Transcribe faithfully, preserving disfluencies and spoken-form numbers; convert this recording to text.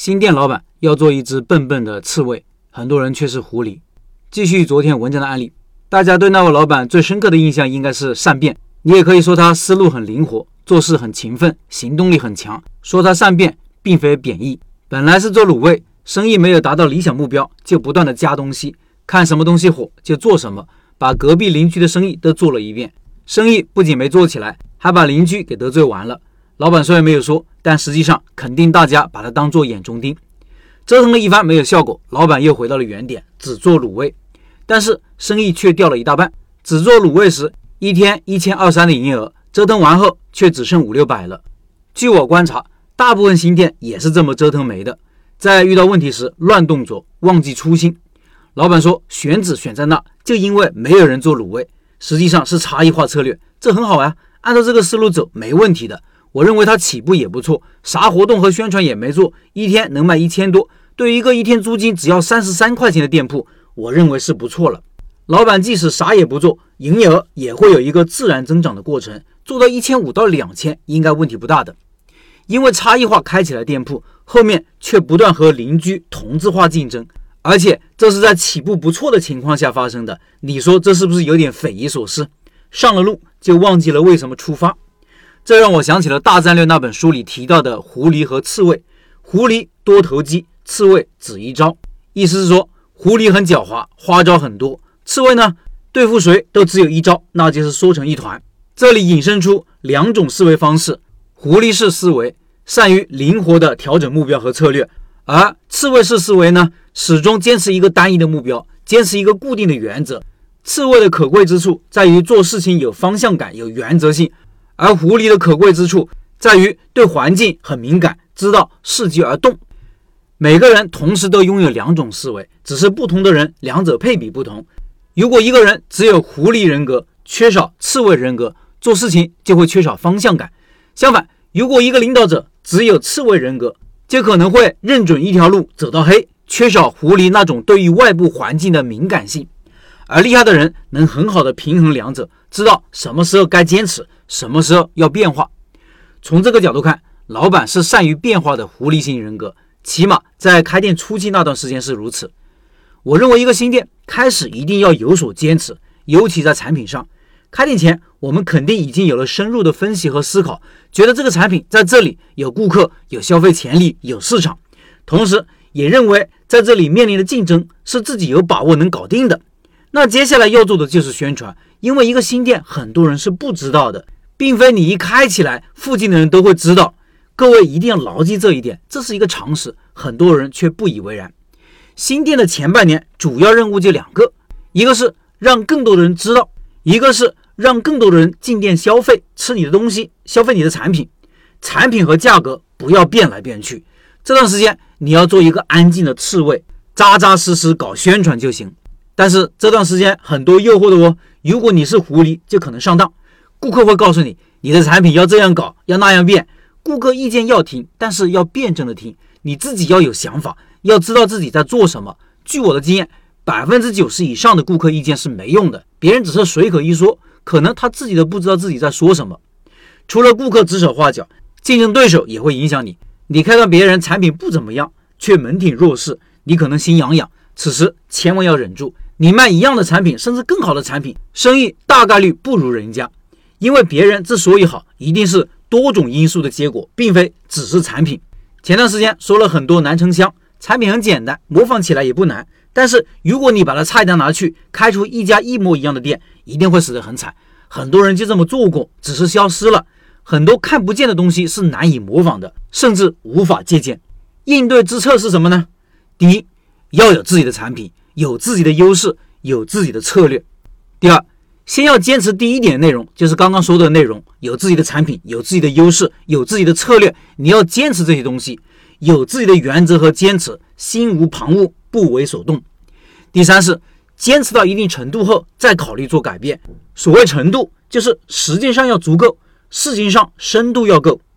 新店老板要做一只笨笨的刺猬，很多人却是狐狸。继续昨天文章的案例，大家对那位老板最深刻的印象应该是善变，你也可以说他思路很灵活，做事很勤奋，行动力很强。说他善变并非贬义，本来是做卤味，生意没有达到理想目标，就不断的加东西，看什么东西火就做什么，把隔壁邻居的生意都做了一遍。生意不仅没做起来，还把邻居给得罪完了。老板虽然没有说，但实际上肯定大家把他当作眼中钉。折腾了一番没有效果，老板又回到了原点，只做卤味，但是生意却掉了一大半。只做卤味时一天一千二三的营业额，折腾完后却只剩五六百了。据我观察，大部分新店也是这么折腾没的，在遇到问题时乱动作，忘记初心。老板说选址选在那，就因为没有人做卤味，实际上是差异化策略，这很好啊，按照这个思路走没问题的。我认为他起步也不错，啥活动和宣传也没做，一天能卖一千多，对于一个一天租金只要三十三块钱的店铺，我认为是不错了。老板即使啥也不做，营业额也会有一个自然增长的过程，做到一千五到两千应该问题不大的。因为差异化开起来店铺，后面却不断和邻居同质化竞争，而且这是在起步不错的情况下发生的，你说这是不是有点匪夷所思？上了路就忘记了为什么出发。这让我想起了《大战略》那本书里提到的狐狸和刺猬。狐狸多投机，刺猬只一招。意思是说，狐狸很狡猾，花招很多；刺猬呢，对付谁都只有一招，那就是缩成一团。这里引申出两种思维方式：狐狸式思维善于灵活的调整目标和策略，而刺猬式思维呢，始终坚持一个单一的目标，坚持一个固定的原则。刺猬的可贵之处在于做事情有方向感，有原则性。而狐狸的可贵之处在于对环境很敏感，知道伺机而动。每个人同时都拥有两种思维，只是不同的人两者配比不同。如果一个人只有狐狸人格，缺少刺猬人格，做事情就会缺少方向感。相反，如果一个领导者只有刺猬人格，就可能会认准一条路走到黑，缺少狐狸那种对于外部环境的敏感性。而厉害的人能很好的平衡两者，知道什么时候该坚持，什么时候要变化。从这个角度看，老板是善于变化的狐狸型人格，起码在开店初期那段时间是如此。我认为一个新店开始一定要有所坚持，尤其在产品上。开店前我们肯定已经有了深入的分析和思考，觉得这个产品在这里有顾客，有消费潜力，有市场，同时也认为在这里面临的竞争是自己有把握能搞定的。那接下来要做的就是宣传，因为一个新店很多人是不知道的，并非你一开起来附近的人都会知道。各位一定要牢记这一点，这是一个常识，很多人却不以为然。新店的前半年主要任务就两个，一个是让更多的人知道，一个是让更多的人进店消费，吃你的东西，消费你的产品。产品和价格不要变来变去，这段时间你要做一个安静的刺猬，扎扎实实搞宣传就行。但是这段时间很多诱惑的哦，如果你是狐狸就可能上当。顾客会告诉你，你的产品要这样搞，要那样变。顾客意见要听，但是要辩证的听，你自己要有想法，要知道自己在做什么。据我的经验， 百分之九十 以上的顾客意见是没用的，别人只是随口一说，可能他自己都不知道自己在说什么。除了顾客指手画脚，竞争对手也会影响你。你看看别人产品不怎么样，却门挺弱势，你可能心痒痒，此时千万要忍住。你卖一样的产品，甚至更好的产品，生意大概率不如人家。因为别人之所以好，一定是多种因素的结果，并非只是产品。前段时间说了很多南城香，产品很简单，模仿起来也不难，但是如果你把它菜单拿去开出一家一模一样的店，一定会死得很惨。很多人就这么做过，只是消失了。很多看不见的东西是难以模仿的，甚至无法借鉴。应对之策是什么呢？第一，要有自己的产品，有自己的优势，有自己的策略。第二，先要坚持第一点内容，就是刚刚说的内容，有自己的产品，有自己的优势，有自己的策略，你要坚持这些东西，有自己的原则和坚持，心无旁骛，不为所动。第三是坚持到一定程度后再考虑做改变。所谓程度，就是时间上要足够，事情上深度要够，